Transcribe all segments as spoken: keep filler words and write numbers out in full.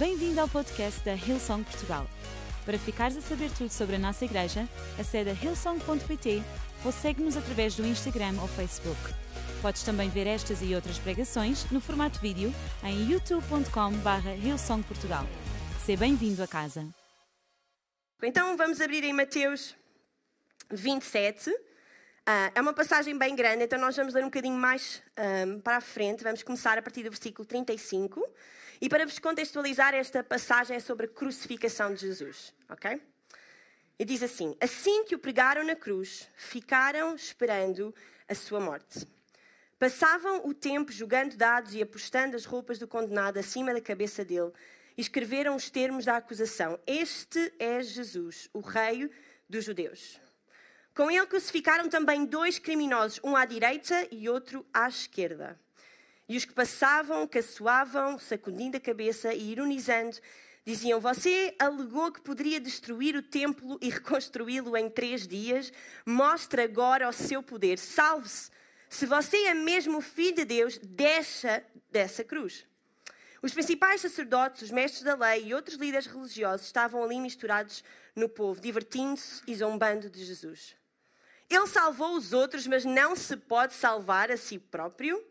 Bem-vindo ao podcast da Hillsong Portugal. Para ficares a saber tudo sobre a nossa igreja, acede a hillsong ponto pt ou segue-nos através do Instagram ou Facebook. Podes também ver estas e outras pregações no formato vídeo em youtube ponto com barra hillsong portugal. Seja bem-vindo a casa. Então vamos abrir em Mateus vinte e sete. Uh, é uma passagem bem grande, então nós vamos ler um bocadinho mais um, para a frente. Vamos começar a partir do versículo trinta e cinco. E para vos contextualizar, esta passagem é sobre a crucificação de Jesus, ok? E diz assim: assim que o pregaram na cruz, ficaram esperando a sua morte. Passavam o tempo jogando dados e apostando as roupas do condenado acima da cabeça dele. E escreveram os termos da acusação: este é Jesus, o rei dos judeus. Com ele crucificaram também dois criminosos, um à direita e outro à esquerda. E os que passavam, caçoavam, sacudindo a cabeça e ironizando, diziam: você alegou que poderia destruir o templo e reconstruí-lo em três dias? Mostra agora o seu poder. Salve-se. Se você é mesmo filho de Deus, desça dessa cruz. Os principais sacerdotes, os mestres da lei e outros líderes religiosos estavam ali misturados no povo, divertindo-se e zombando de Jesus. Ele salvou os outros, mas não se pode salvar a si próprio.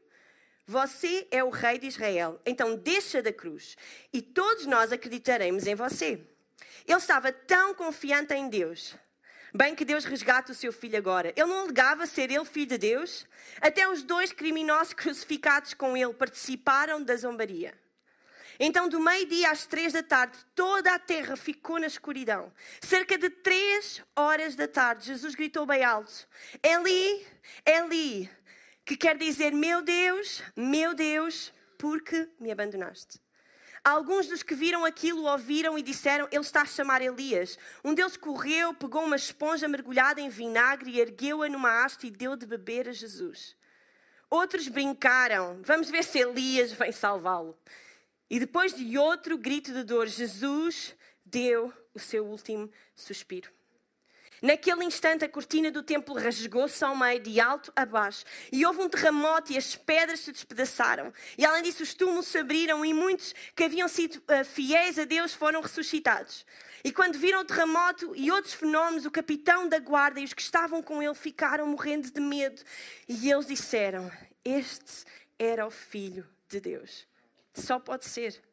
Você é o rei de Israel, então desça da cruz e todos nós acreditaremos em você. Ele estava tão confiante em Deus. Bem que Deus resgate o seu filho agora. Ele não alegava ser ele filho de Deus? Até os dois criminosos crucificados com ele participaram da zombaria. Então, do meio-dia às três da tarde, toda a terra ficou na escuridão. Cerca de três horas da tarde, Jesus gritou bem alto: Eli, Eli, que quer dizer: meu Deus, meu Deus, por que me abandonaste? Alguns dos que viram aquilo ouviram e disseram: ele está a chamar Elias. Um deles correu, pegou uma esponja mergulhada em vinagre e ergueu-a numa haste e deu de beber a Jesus. Outros brincaram: vamos ver se Elias vem salvá-lo. E depois de outro grito de dor, Jesus deu o seu último suspiro. Naquele instante, a cortina do templo rasgou-se ao meio, de alto a baixo, e houve um terremoto e as pedras se despedaçaram. E além disso, os túmulos se abriram e muitos que haviam sido uh, fiéis a Deus foram ressuscitados. E quando viram o terremoto e outros fenómenos, o capitão da guarda e os que estavam com ele ficaram morrendo de medo. E eles disseram: este era o Filho de Deus. Só pode ser.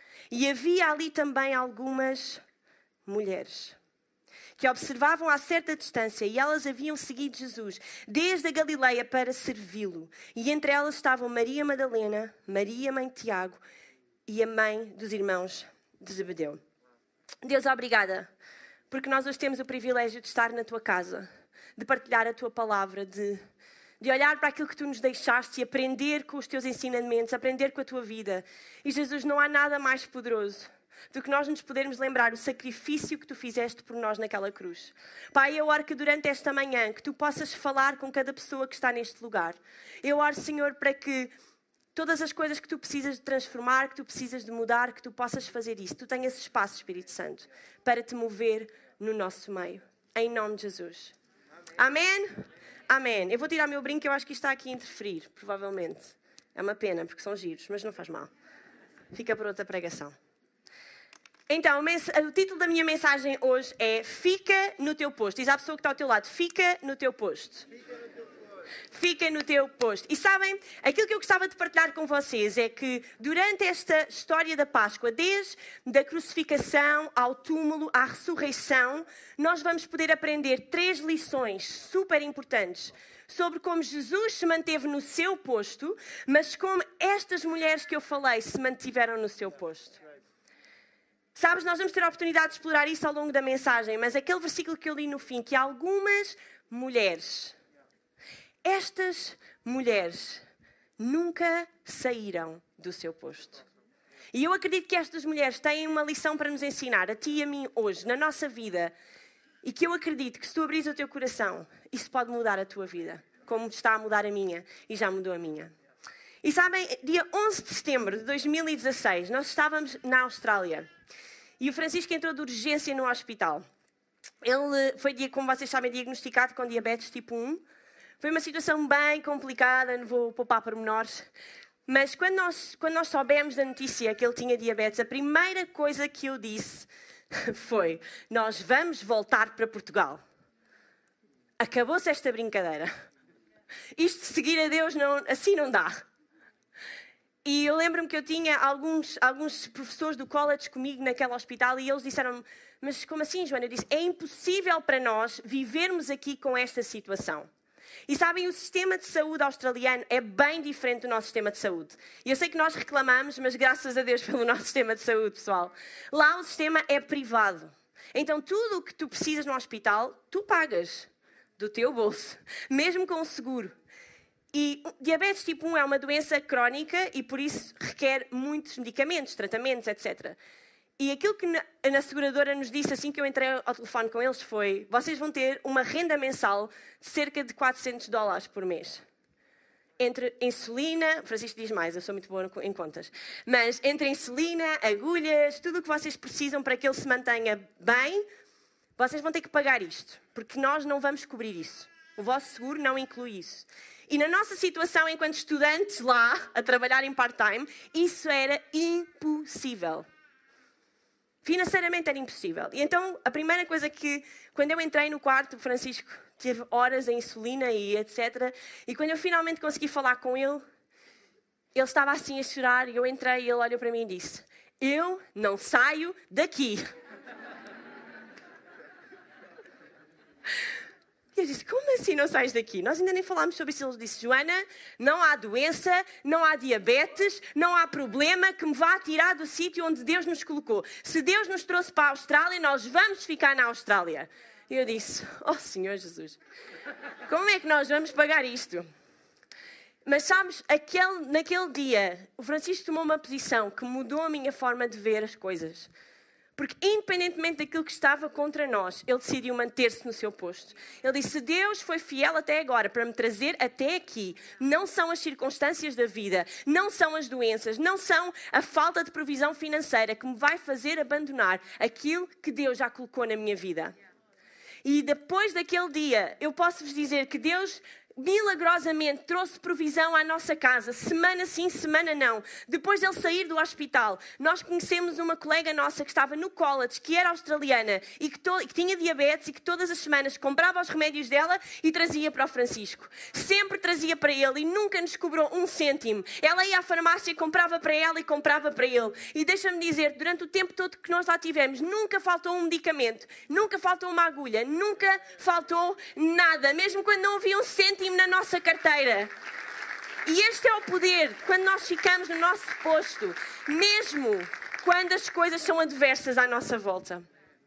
E havia ali também algumas mulheres que observavam a certa distância, e elas haviam seguido Jesus desde a Galileia para servi-lo. E entre elas estavam Maria Madalena, Maria, mãe de Tiago, e a mãe dos irmãos de Zebedeu. Deus, obrigada, porque nós hoje temos o privilégio de estar na tua casa, de partilhar a tua palavra, de, de olhar para aquilo que tu nos deixaste e aprender com os teus ensinamentos, aprender com a tua vida. E Jesus, não há nada mais poderoso do que nós nos podermos lembrar o sacrifício que tu fizeste por nós naquela cruz. Pai, eu oro que durante esta manhã que tu possas falar com cada pessoa que está neste lugar. Eu oro, Senhor, para que todas as coisas que tu precisas de transformar, que tu precisas de mudar, que tu possas fazer isso. Tu tenhas espaço, Espírito Santo, para te mover no nosso meio. Em nome de Jesus. Amém? Amém. Amém. Eu vou tirar o meu brinco, eu acho que isto está aqui a interferir, provavelmente. É uma pena, porque são giros, mas não faz mal. Fica para outra pregação. Então, o título da minha mensagem hoje é Fica no teu posto. Diz à pessoa que está ao teu lado: fica no teu posto. Fica no teu posto. Fica no teu posto. E sabem, aquilo que eu gostava de partilhar com vocês é que durante esta história da Páscoa, desde a crucificação ao túmulo, à ressurreição, nós vamos poder aprender três lições super importantes sobre como Jesus se manteve no seu posto, mas como estas mulheres que eu falei se mantiveram no seu posto. Sabes, nós vamos ter a oportunidade de explorar isso ao longo da mensagem, mas aquele versículo que eu li no fim, que algumas mulheres, estas mulheres nunca saíram do seu posto. E eu acredito que estas mulheres têm uma lição para nos ensinar, a ti e a mim hoje, na nossa vida, e que eu acredito que se tu abris o teu coração, isso pode mudar a tua vida, como está a mudar a minha, e já mudou a minha. E sabem, dia onze de setembro de dois mil e dezasseis, nós estávamos na Austrália. E o Francisco entrou de urgência no hospital. Ele foi, como vocês sabem, diagnosticado com diabetes tipo um. Foi uma situação bem complicada, não vou poupar pormenores. Mas quando nós, quando nós soubemos da notícia que ele tinha diabetes, a primeira coisa que eu disse foi: nós vamos voltar para Portugal. Acabou-se esta brincadeira. Isto de seguir a Deus, não, assim não dá. E eu lembro-me que eu tinha alguns, alguns professores do college comigo naquele hospital e eles disseram: mas como assim, Joana? Eu disse: é impossível para nós vivermos aqui com esta situação. E sabem, o sistema de saúde australiano é bem diferente do nosso sistema de saúde. E eu sei que nós reclamamos, mas graças a Deus pelo nosso sistema de saúde, pessoal. Lá o sistema é privado. Então tudo o que tu precisas no hospital, tu pagas do teu bolso, mesmo com o seguro. E diabetes tipo um é uma doença crónica e por isso requer muitos medicamentos, tratamentos, etcétera. E aquilo que a seguradora nos disse assim que eu entrei ao telefone com eles foi: vocês vão ter uma renda mensal de cerca de quatrocentos dólares por mês. Entre insulina, Francisco diz mais, eu sou muito boa em contas, mas entre insulina, agulhas, tudo o que vocês precisam para que ele se mantenha bem, vocês vão ter que pagar isto, porque nós não vamos cobrir isso. O vosso seguro não inclui isso. E na nossa situação, enquanto estudantes lá, a trabalhar em part-time, isso era impossível. Financeiramente era impossível. E então, a primeira coisa que, quando eu entrei no quarto, o Francisco teve horas em insulina e etcétera. E quando eu finalmente consegui falar com ele, ele estava assim a chorar e eu entrei e ele olhou para mim e disse: eu não saio daqui. E eu disse: como assim não sais daqui? Nós ainda nem falámos sobre isso. Ele disse: Joana, não há doença, não há diabetes, não há problema que me vá tirar do sítio onde Deus nos colocou. Se Deus nos trouxe para a Austrália, nós vamos ficar na Austrália. E eu disse: oh Senhor Jesus, como é que nós vamos pagar isto? Mas sabes, aquele, naquele dia, o Francisco tomou uma posição que mudou a minha forma de ver as coisas. Porque independentemente daquilo que estava contra nós, ele decidiu manter-se no seu posto. Ele disse: se Deus foi fiel até agora para me trazer até aqui, não são as circunstâncias da vida, não são as doenças, não são a falta de provisão financeira que me vai fazer abandonar aquilo que Deus já colocou na minha vida. E depois daquele dia, eu posso vos dizer que Deus milagrosamente trouxe provisão à nossa casa, semana sim, semana não. Depois dele sair do hospital, nós conhecemos uma colega nossa que estava no college, que era australiana e que, to- que tinha diabetes e que todas as semanas comprava os remédios dela e trazia para o Francisco. Sempre trazia para ele e nunca nos cobrou um cêntimo. Ela ia à farmácia e comprava para ela e comprava para ele. E deixa-me dizer, durante o tempo todo que nós lá tivemos, nunca faltou um medicamento, nunca faltou uma agulha, nunca faltou nada, mesmo quando não havia um cêntimo na nossa carteira. E este é o poder quando nós ficamos no nosso posto, mesmo quando as coisas são adversas à nossa volta.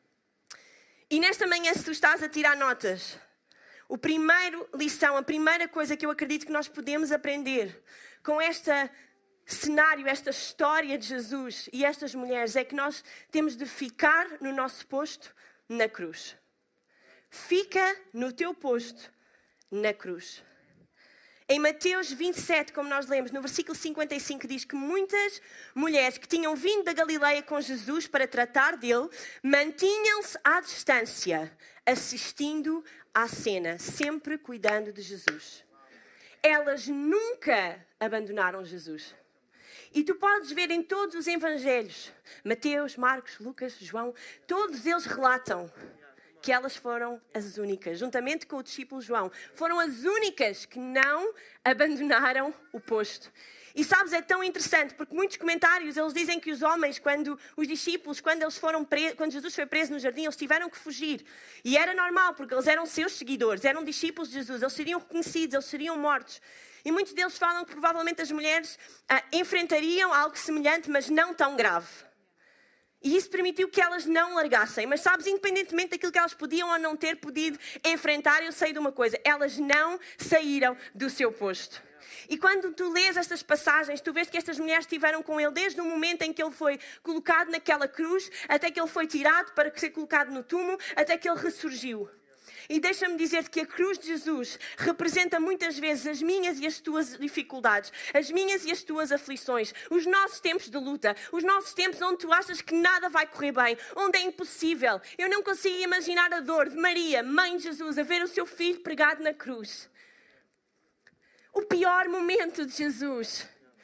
E nesta manhã, se tu estás a tirar notas, o primeiro lição, a primeira coisa que eu acredito que nós podemos aprender com este cenário, esta história de Jesus e estas mulheres, é que nós temos de ficar no nosso posto na cruz. Fica no teu posto na cruz. Em Mateus vinte e sete, como nós lemos, no versículo cinquenta e cinco, diz que muitas mulheres que tinham vindo da Galileia com Jesus para tratar dele, mantinham-se à distância, assistindo à cena, sempre cuidando de Jesus. Elas nunca abandonaram Jesus. E tu podes ver em todos os evangelhos, Mateus, Marcos, Lucas, João, todos eles relatam que elas foram as únicas, juntamente com o discípulo João, foram as únicas que não abandonaram o posto. E sabes, é tão interessante, porque muitos comentários, eles dizem que os homens, quando os discípulos, quando, eles foram pre... quando Jesus foi preso no jardim, eles tiveram que fugir. E era normal, porque eles eram seus seguidores, eram discípulos de Jesus, eles seriam reconhecidos, eles seriam mortos. E muitos deles falam que provavelmente as mulheres ah, enfrentariam algo semelhante, mas não tão grave. E isso permitiu que elas não largassem. Mas sabes, independentemente daquilo que elas podiam ou não ter podido enfrentar, eu sei de uma coisa: elas não saíram do seu posto. E quando tu lês estas passagens, tu vês que estas mulheres estiveram com ele desde o momento em que ele foi colocado naquela cruz, até que ele foi tirado para ser colocado no túmulo, até que ele ressurgiu. E deixa-me dizer-te que a cruz de Jesus representa muitas vezes as minhas e as tuas dificuldades, as minhas e as tuas aflições, os nossos tempos de luta, os nossos tempos onde tu achas que nada vai correr bem, onde é impossível. Eu não consigo imaginar a dor de Maria, mãe de Jesus, a ver o seu filho pregado na cruz. O pior momento de Jesus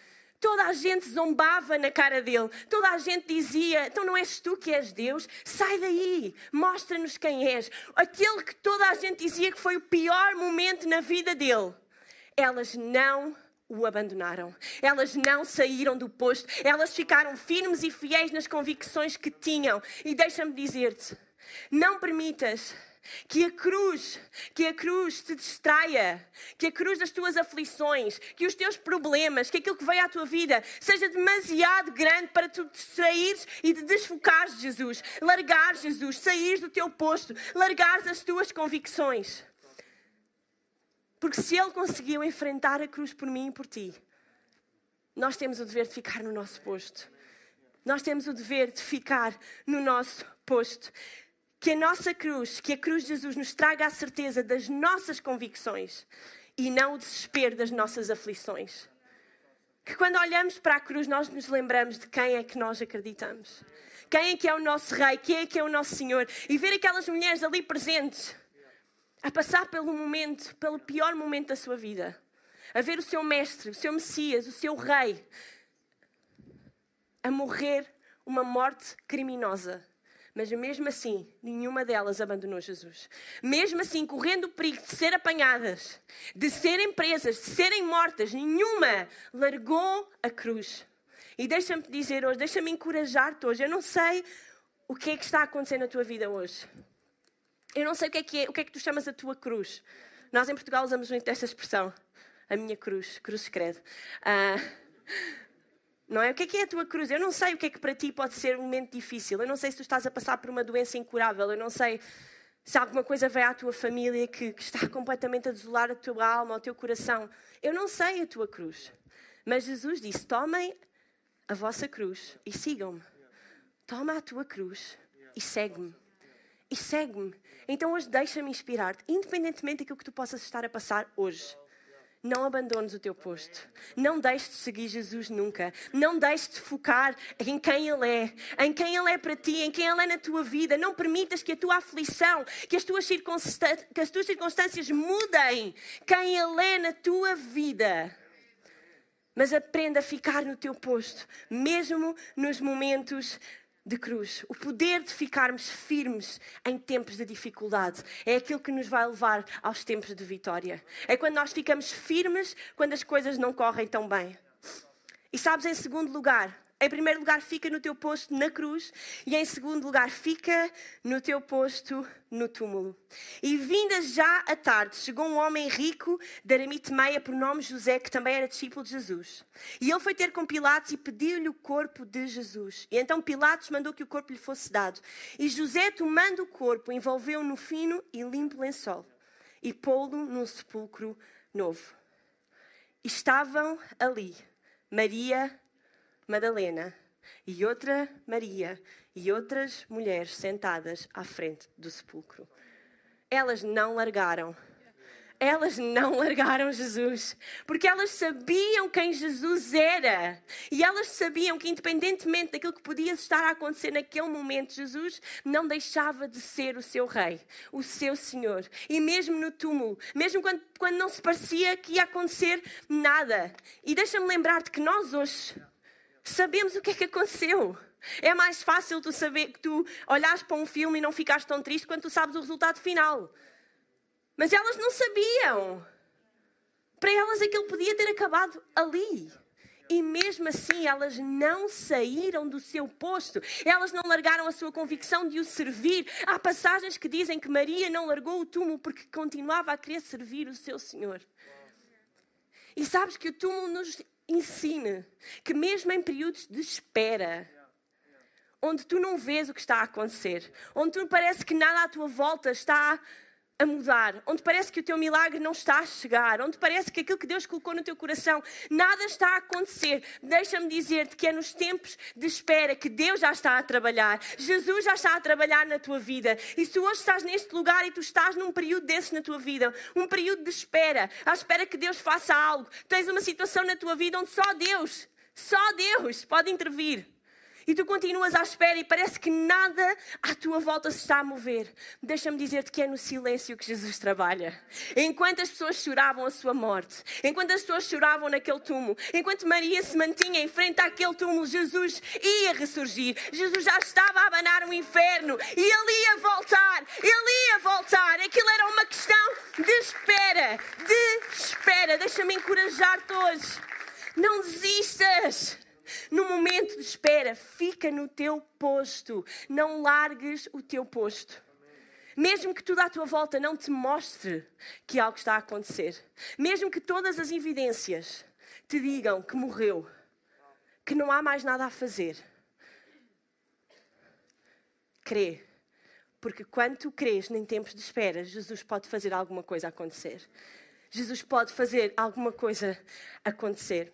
Toda a gente zombava na cara dele. Toda a gente dizia, então não és tu que és Deus? Sai daí, mostra-nos quem és. Aquele que toda a gente dizia que foi o pior momento na vida dele. Elas não o abandonaram. Elas não saíram do posto. Elas ficaram firmes e fiéis nas convicções que tinham. E deixa-me dizer-te, não permitas que a cruz, que a cruz te distraia, que a cruz das tuas aflições, que os teus problemas, que aquilo que veio à tua vida seja demasiado grande para tu te distraires e te desfocares de Jesus, largares Jesus, saíres do teu posto, largares as tuas convicções. Porque se Ele conseguiu enfrentar a cruz por mim e por ti, nós temos o dever de ficar no nosso posto. Nós temos o dever de ficar no nosso posto. Que a nossa cruz, que a cruz de Jesus nos traga a certeza das nossas convicções e não o desespero das nossas aflições. Que quando olhamos para a cruz nós nos lembramos de quem é que nós acreditamos. Quem é que é o nosso Rei, quem é que é o nosso Senhor. E ver aquelas mulheres ali presentes a passar pelo momento, pelo pior momento da sua vida. A ver o seu mestre, o seu Messias, o seu Rei a morrer uma morte criminosa. Mas mesmo assim, nenhuma delas abandonou Jesus. Mesmo assim, correndo o perigo de ser apanhadas, de serem presas, de serem mortas, nenhuma largou a cruz. E deixa-me dizer hoje, deixa-me encorajar-te hoje. Eu não sei o que é que está a acontecer na tua vida hoje. Eu não sei o que é que é, o que é que tu chamas a tua cruz. Nós em Portugal usamos muito esta expressão. A minha cruz, cruz credo. Ah... Não é? O que é que é a tua cruz? Eu não sei o que é que para ti pode ser um momento difícil. Eu não sei se tu estás a passar por uma doença incurável. Eu não sei se alguma coisa veio à tua família que, que está completamente a desolar a tua alma, o teu coração. Eu não sei a tua cruz. Mas Jesus disse, tomem a vossa cruz e sigam-me. Toma a tua cruz e segue-me. E segue-me. Então hoje deixa-me inspirar-te, independentemente daquilo que tu possas estar a passar hoje. Não abandones o teu posto. Não deixes de seguir Jesus nunca. Não deixes de focar em quem Ele é. Em quem Ele é para ti, em quem Ele é na tua vida. Não permitas que a tua aflição, que as tuas, circunstâncias, que as tuas circunstâncias mudem quem Ele é na tua vida. Mas aprenda a ficar no teu posto, mesmo nos momentos de cruz. O poder de ficarmos firmes em tempos de dificuldade é aquilo que nos vai levar aos tempos de vitória. É quando nós ficamos firmes quando as coisas não correm tão bem. E sabes, em segundo lugar, em primeiro lugar fica no teu posto na cruz e em segundo lugar fica no teu posto no túmulo. E vinda já à tarde, chegou um homem rico de Arimateia por nome José, que também era discípulo de Jesus. E ele foi ter com Pilatos e pediu-lhe o corpo de Jesus. E então Pilatos mandou que o corpo lhe fosse dado. E José, tomando o corpo, envolveu-o no fino e limpo lençol e pô-lo num sepulcro novo. E estavam ali Maria Madalena e outra Maria e outras mulheres sentadas à frente do sepulcro. Elas não largaram. Elas não largaram Jesus, porque elas sabiam quem Jesus era. E elas sabiam que, independentemente daquilo que podia estar a acontecer naquele momento, Jesus não deixava de ser o seu rei, o seu Senhor. E mesmo no túmulo, mesmo quando, quando não se parecia que ia acontecer nada. E deixa-me lembrar-te que nós hoje sabemos o que é que aconteceu. É mais fácil tu saber que tu olhares para um filme e não ficares tão triste quando tu sabes o resultado final. Mas elas não sabiam. Para elas aquilo podia ter acabado ali. E mesmo assim elas não saíram do seu posto. Elas não largaram a sua convicção de o servir. Há passagens que dizem que Maria não largou o túmulo porque continuava a querer servir o seu Senhor. E sabes que o túmulo nos ensina que mesmo em períodos de espera, onde tu não vês o que está a acontecer, onde tu parece que nada à tua volta está a mudar, onde parece que o teu milagre não está a chegar, onde parece que aquilo que Deus colocou no teu coração, nada está a acontecer, deixa-me dizer-te que é nos tempos de espera que Deus já está a trabalhar. Jesus já está a trabalhar na tua vida. E se hoje estás neste lugar e tu estás num período desses na tua vida, um período de espera, à espera que Deus faça algo, tens uma situação na tua vida onde só Deus, só Deus pode intervir. E tu continuas à espera e parece que nada à tua volta se está a mover. Deixa-me dizer-te que é no silêncio que Jesus trabalha. Enquanto as pessoas choravam a sua morte, enquanto as pessoas choravam naquele túmulo, enquanto Maria se mantinha em frente àquele túmulo, Jesus ia ressurgir. Jesus já estava a abanar o inferno e ele ia voltar, ele ia voltar. Aquilo era uma questão de espera, de espera. Deixa-me encorajar-te hoje. Não desistas. No momento de espera, fica no teu posto. Não largues o teu posto. Mesmo que tudo à tua volta não te mostre que algo está a acontecer. Mesmo que todas as evidências te digam que morreu, que não há mais nada a fazer. Crê. Porque quando tu crês em tempos de espera, Jesus pode fazer alguma coisa acontecer. Jesus pode fazer alguma coisa acontecer.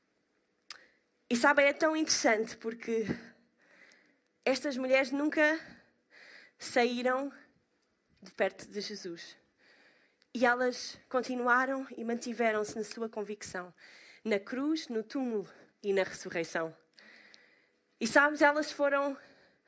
E sabem, é tão interessante porque estas mulheres nunca saíram de perto de Jesus. E elas continuaram e mantiveram-se na sua convicção. Na cruz, no túmulo e na ressurreição. E sabes, elas foram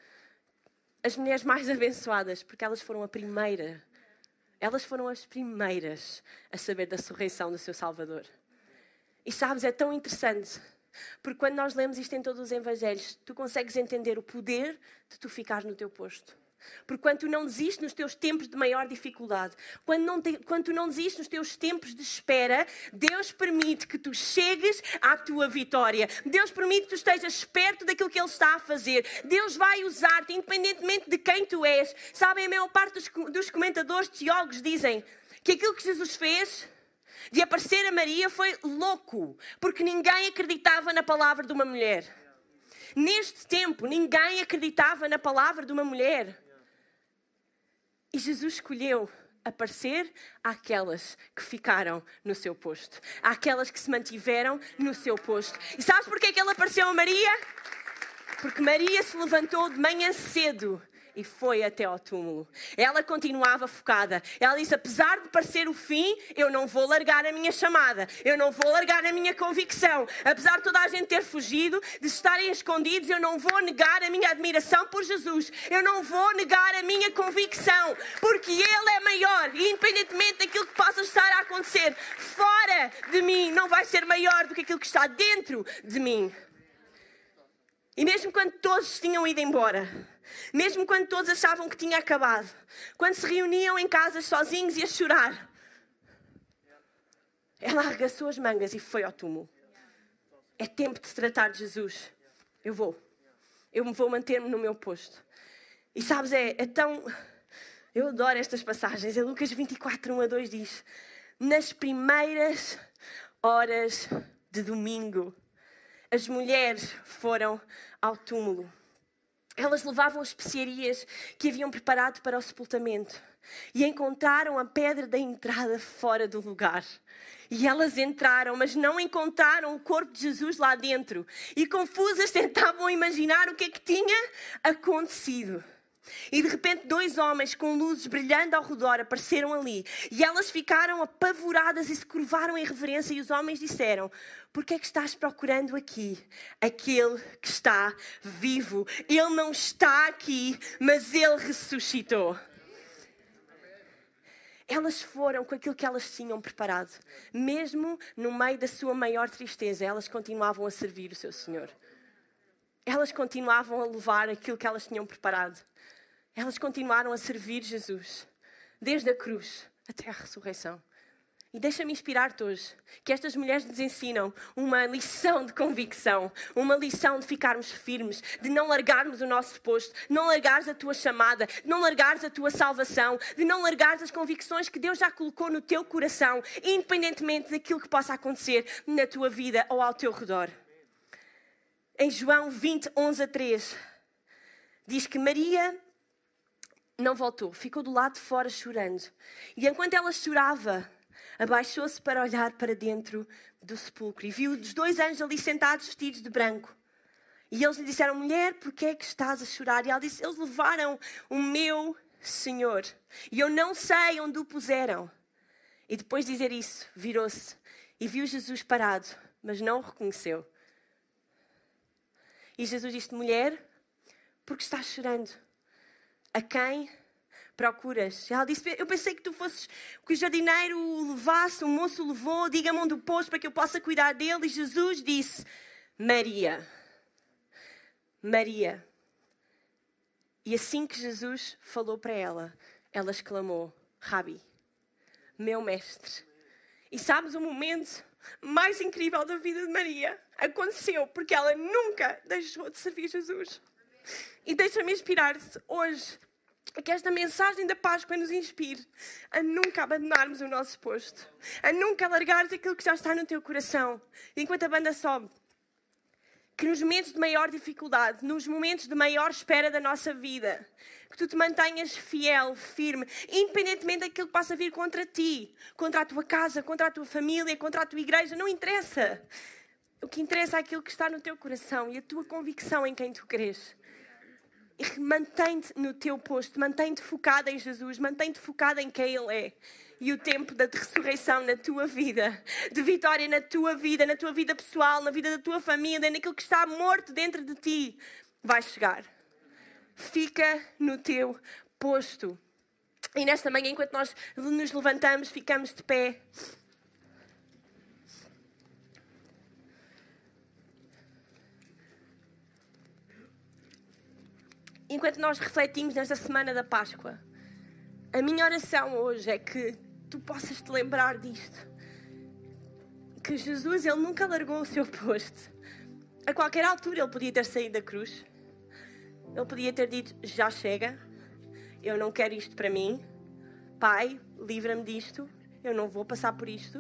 as mulheres mais abençoadas porque elas foram a primeira. Elas foram as primeiras a saber da ressurreição do seu Salvador. E sabes, é tão interessante. Porque quando nós lemos isto em todos os evangelhos, tu consegues entender o poder de tu ficar no teu posto. Porque quando tu não desistes nos teus tempos de maior dificuldade, quando, não te, quando tu não desistes nos teus tempos de espera, Deus permite que tu chegues à tua vitória. Deus permite que tu estejas perto daquilo que Ele está a fazer. Deus vai usar-te independentemente de quem tu és. Sabem, a maior parte dos, dos comentadores teólogos dizem que aquilo que Jesus fez de aparecer a Maria foi louco, porque ninguém acreditava na palavra de uma mulher. Neste tempo, ninguém acreditava na palavra de uma mulher. E Jesus escolheu aparecer àquelas que ficaram no seu posto, àquelas que se mantiveram no seu posto. E sabes porquê que Ele apareceu a Maria? Porque Maria se levantou de manhã cedo e foi até ao túmulo. Ela continuava focada. Ela disse, apesar de parecer o fim, eu não vou largar a minha chamada. Eu não vou largar a minha convicção. Apesar de toda a gente ter fugido, de estarem escondidos, eu não vou negar a minha admiração por Jesus. Eu não vou negar a minha convicção. Porque Ele é maior. E independentemente daquilo que possa estar a acontecer fora de mim, não vai ser maior do que aquilo que está dentro de mim. E mesmo quando todos tinham ido embora, mesmo quando todos achavam que tinha acabado, quando se reuniam em casas sozinhos e a chorar, ela arregaçou as mangas e foi ao túmulo. É tempo de se tratar de Jesus. Eu vou. Eu vou manter-me no meu posto. E sabes, é, é tão... Eu adoro estas passagens. Em Lucas vinte e quatro, um a dois diz: nas primeiras horas de domingo, as mulheres foram ao túmulo. Elas levavam as especiarias que haviam preparado para o sepultamento e encontraram a pedra da entrada fora do lugar. E elas entraram, mas não encontraram o corpo de Jesus lá dentro. E confusas tentavam imaginar o que é que tinha acontecido. E de repente dois homens com luzes brilhando ao redor apareceram ali. E elas ficaram apavoradas e se curvaram em reverência. E os homens disseram: por que é que estás procurando aqui aquele que está vivo? Ele não está aqui, mas Ele ressuscitou. Elas foram com aquilo que elas tinham preparado. Mesmo no meio da sua maior tristeza, elas continuavam a servir o seu Senhor. Elas continuavam a levar aquilo que elas tinham preparado. Elas continuaram a servir Jesus, desde a cruz até a ressurreição. E deixa-me inspirar-te hoje, que estas mulheres nos ensinam uma lição de convicção, uma lição de ficarmos firmes, de não largarmos o nosso posto, de não largares a tua chamada, de não largares a tua salvação, de não largares as convicções que Deus já colocou no teu coração, independentemente daquilo que possa acontecer na tua vida ou ao teu redor. Em João vinte, onze a três, diz que Maria não voltou, ficou do lado de fora chorando. E enquanto ela chorava, abaixou-se para olhar para dentro do sepulcro e viu os dois anjos ali sentados vestidos de branco. E eles lhe disseram: mulher, por que é que estás a chorar? E ela disse: eles levaram o meu Senhor e eu não sei onde o puseram. E depois de dizer isso, virou-se e viu Jesus parado, mas não o reconheceu. E Jesus disse: mulher, porque estás chorando? A quem procuras? Ela disse: eu pensei que tu fosses, que o jardineiro o levasse, o moço o levou, diga-me onde o pôs para que eu possa cuidar dele. E Jesus disse: Maria. Maria. E assim que Jesus falou para ela, ela exclamou: Rabi, meu mestre. E sabes, o momento mais incrível da vida de Maria aconteceu porque ela nunca deixou de servir Jesus. E deixa-me inspirar-te hoje, que esta mensagem da Páscoa nos inspire a nunca abandonarmos o nosso posto, a nunca largares aquilo que já está no teu coração. Enquanto a banda sobe, que nos momentos de maior dificuldade, nos momentos de maior espera da nossa vida, que tu te mantenhas fiel, firme, independentemente daquilo que possa vir contra ti, contra a tua casa, contra a tua família, contra a tua igreja, não interessa. O que interessa é aquilo que está no teu coração e a tua convicção em quem tu crês. E mantém-te no teu posto, mantém-te focada em Jesus, mantém-te focada em quem Ele é. E o tempo da ressurreição na tua vida, de vitória na tua vida, na tua vida pessoal, na vida da tua família, naquilo que está morto dentro de ti, vai chegar. Fica no teu posto. E nesta manhã, enquanto nós nos levantamos, ficamos de pé. Enquanto nós refletimos nesta semana da Páscoa, a minha oração hoje é que tu possas te lembrar disto. Que Jesus, Ele nunca largou o seu posto. A qualquer altura Ele podia ter saído da cruz. Ele podia ter dito: já chega, eu não quero isto para mim. Pai, livra-me disto, eu não vou passar por isto.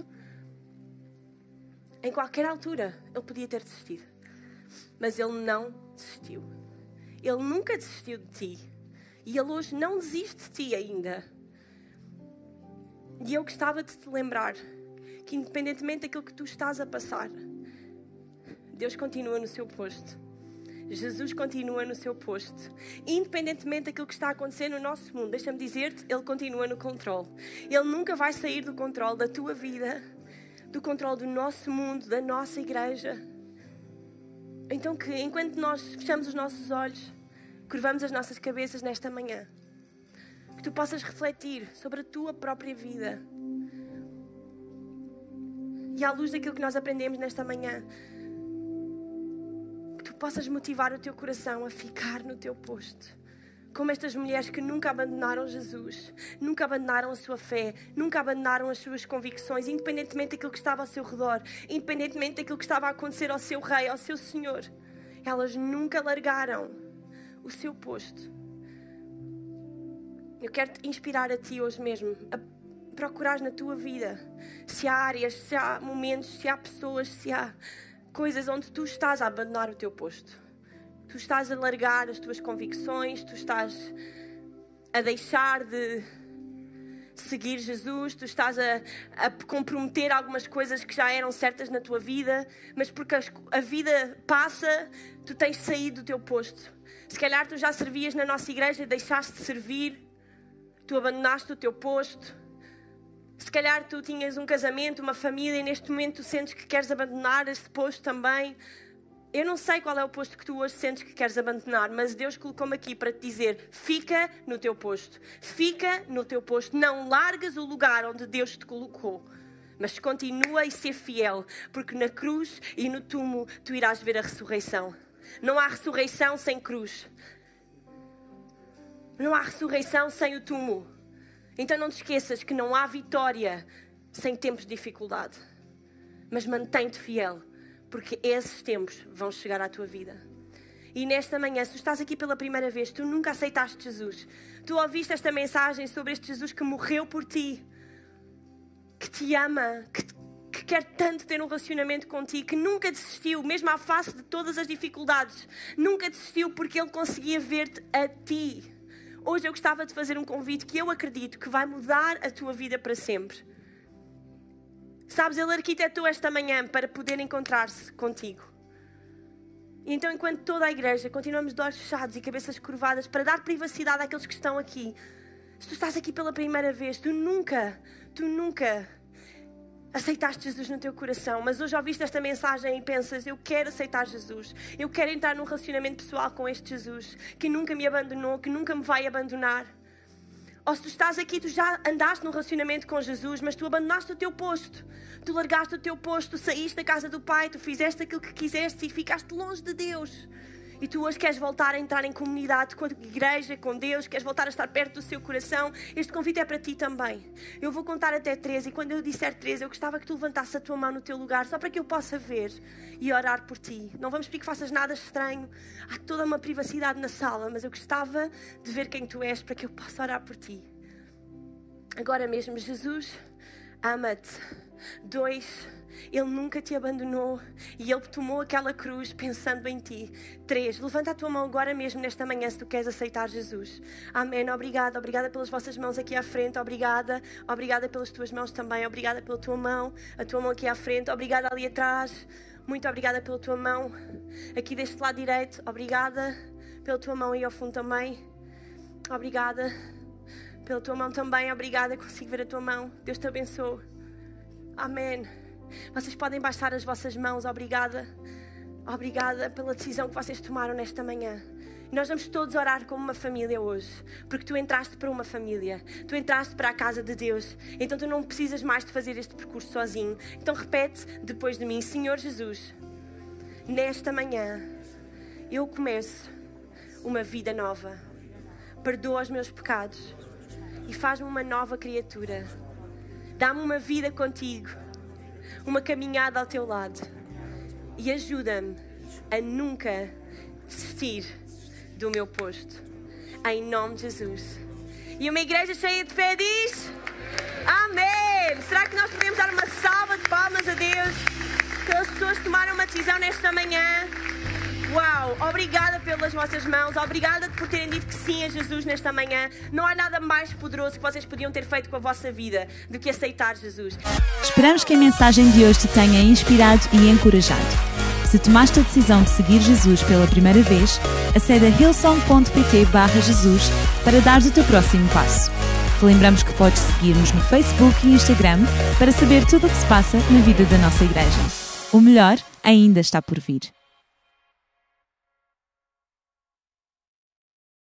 Em qualquer altura Ele podia ter desistido. Mas Ele não desistiu. Ele nunca desistiu de ti. E Ele hoje não desiste de ti ainda. E eu gostava de te lembrar que, independentemente daquilo que tu estás a passar, Deus continua no seu posto. Jesus continua no seu posto. Independentemente daquilo que está a acontecer no nosso mundo, deixa-me dizer-te, Ele continua no controle. Ele nunca vai sair do controle da tua vida, do controle do nosso mundo, da nossa igreja. Então que, enquanto nós fechamos os nossos olhos, curvamos as nossas cabeças nesta manhã, que tu possas refletir sobre a tua própria vida. E à luz daquilo que nós aprendemos nesta manhã, que tu possas motivar o teu coração a ficar no teu posto. Como estas mulheres que nunca abandonaram Jesus, nunca abandonaram a sua fé, nunca abandonaram as suas convicções, independentemente daquilo que estava ao seu redor, independentemente daquilo que estava a acontecer ao seu rei, ao seu Senhor. Elas nunca largaram o seu posto. Eu quero te inspirar a ti hoje mesmo, a procurar na tua vida se há áreas, se há momentos, se há pessoas, se há coisas onde tu estás a abandonar o teu posto. Tu estás a largar as tuas convicções, tu estás a deixar de seguir Jesus, tu estás a, a comprometer algumas coisas que já eram certas na tua vida, mas porque a, a vida passa, tu tens saído do teu posto. Se calhar tu já servias na nossa igreja e deixaste de servir, tu abandonaste o teu posto. Se calhar tu tinhas um casamento, uma família, e neste momento tu sentes que queres abandonar esse posto também. Eu não sei qual é o posto que tu hoje sentes que queres abandonar, mas Deus colocou-me aqui para te dizer: fica no teu posto. Fica no teu posto. Não largas o lugar onde Deus te colocou, mas continua e ser fiel, porque na cruz e no túmulo tu irás ver a ressurreição. Não há ressurreição sem cruz. Não há ressurreição sem o túmulo. Então não te esqueças que não há vitória sem tempos de dificuldade. Mas mantém-te fiel, porque esses tempos vão chegar à tua vida. E nesta manhã, se tu estás aqui pela primeira vez, tu nunca aceitaste Jesus, tu ouviste esta mensagem sobre este Jesus que morreu por ti, que te ama, que, que quer tanto ter um relacionamento contigo, que nunca desistiu, mesmo à face de todas as dificuldades, nunca desistiu porque Ele conseguia ver-te a ti. Hoje eu gostava de fazer um convite que eu acredito que vai mudar a tua vida para sempre. Sabes, Ele arquitetou esta manhã para poder encontrar-se contigo. E então, enquanto toda a igreja continuamos de olhos fechados e cabeças curvadas para dar privacidade àqueles que estão aqui, se tu estás aqui pela primeira vez, tu nunca, tu nunca aceitaste Jesus no teu coração, mas hoje ouviste esta mensagem e pensas, eu quero aceitar Jesus, eu quero entrar num relacionamento pessoal com este Jesus, que nunca me abandonou, que nunca me vai abandonar. Ou se tu estás aqui, tu já andaste num relacionamento com Jesus, mas tu abandonaste o teu posto, tu largaste o teu posto, tu saíste da casa do Pai, tu fizeste aquilo que quiseste e ficaste longe de Deus. E tu hoje queres voltar a entrar em comunidade com a igreja, com Deus, queres voltar a estar perto do seu coração. Este convite é para ti também. Eu vou contar até três e quando eu disser três, eu gostava que tu levantasses a tua mão no teu lugar, só para que eu possa ver e orar por ti. Não vamos pedir que faças nada estranho. Há toda uma privacidade na sala, mas eu gostava de ver quem tu és para que eu possa orar por ti. Agora mesmo, Jesus ama-te. Dois, Ele nunca te abandonou e Ele tomou aquela cruz pensando em ti. Três, levanta a tua mão agora mesmo nesta manhã se tu queres aceitar Jesus. Amém. Obrigada, obrigada pelas vossas mãos aqui à frente. Obrigada, obrigada pelas tuas mãos também. Obrigada pela tua mão, a tua mão aqui à frente. Obrigada ali atrás. Muito obrigada pela tua mão aqui deste lado direito. Obrigada pela tua mão aí ao fundo também. Obrigada pela tua mão também. Obrigada, consigo ver a tua mão. Deus te abençoe. Amém. Vocês podem baixar as vossas mãos. Obrigada. Obrigada pela decisão que vocês tomaram nesta manhã. E nós vamos todos orar como uma família hoje. Porque tu entraste para uma família. Tu entraste para a casa de Deus. Então tu não precisas mais de fazer este percurso sozinho. Então repete depois de mim. Senhor Jesus, nesta manhã eu começo uma vida nova. Perdoa os meus pecados e faz-me uma nova criatura. Dá-me uma vida contigo, uma caminhada ao teu lado e ajuda-me a nunca desistir do meu posto. Em nome de Jesus. E uma igreja cheia de fé diz: Amém! Será que nós podemos dar uma salva de palmas a Deus pelas pessoas que tomaram uma decisão nesta manhã? Uau! Obrigada pelas vossas mãos, obrigada por terem dito que sim a Jesus nesta manhã. Não há nada mais poderoso que vocês podiam ter feito com a vossa vida do que aceitar Jesus. Esperamos que a mensagem de hoje te tenha inspirado e encorajado. Se tomaste a decisão de seguir Jesus pela primeira vez, acede a hillsong ponto pt barra Jesus para dar o teu próximo passo. Te lembramos que podes seguir-nos no Facebook e Instagram para saber tudo o que se passa na vida da nossa igreja. O melhor ainda está por vir.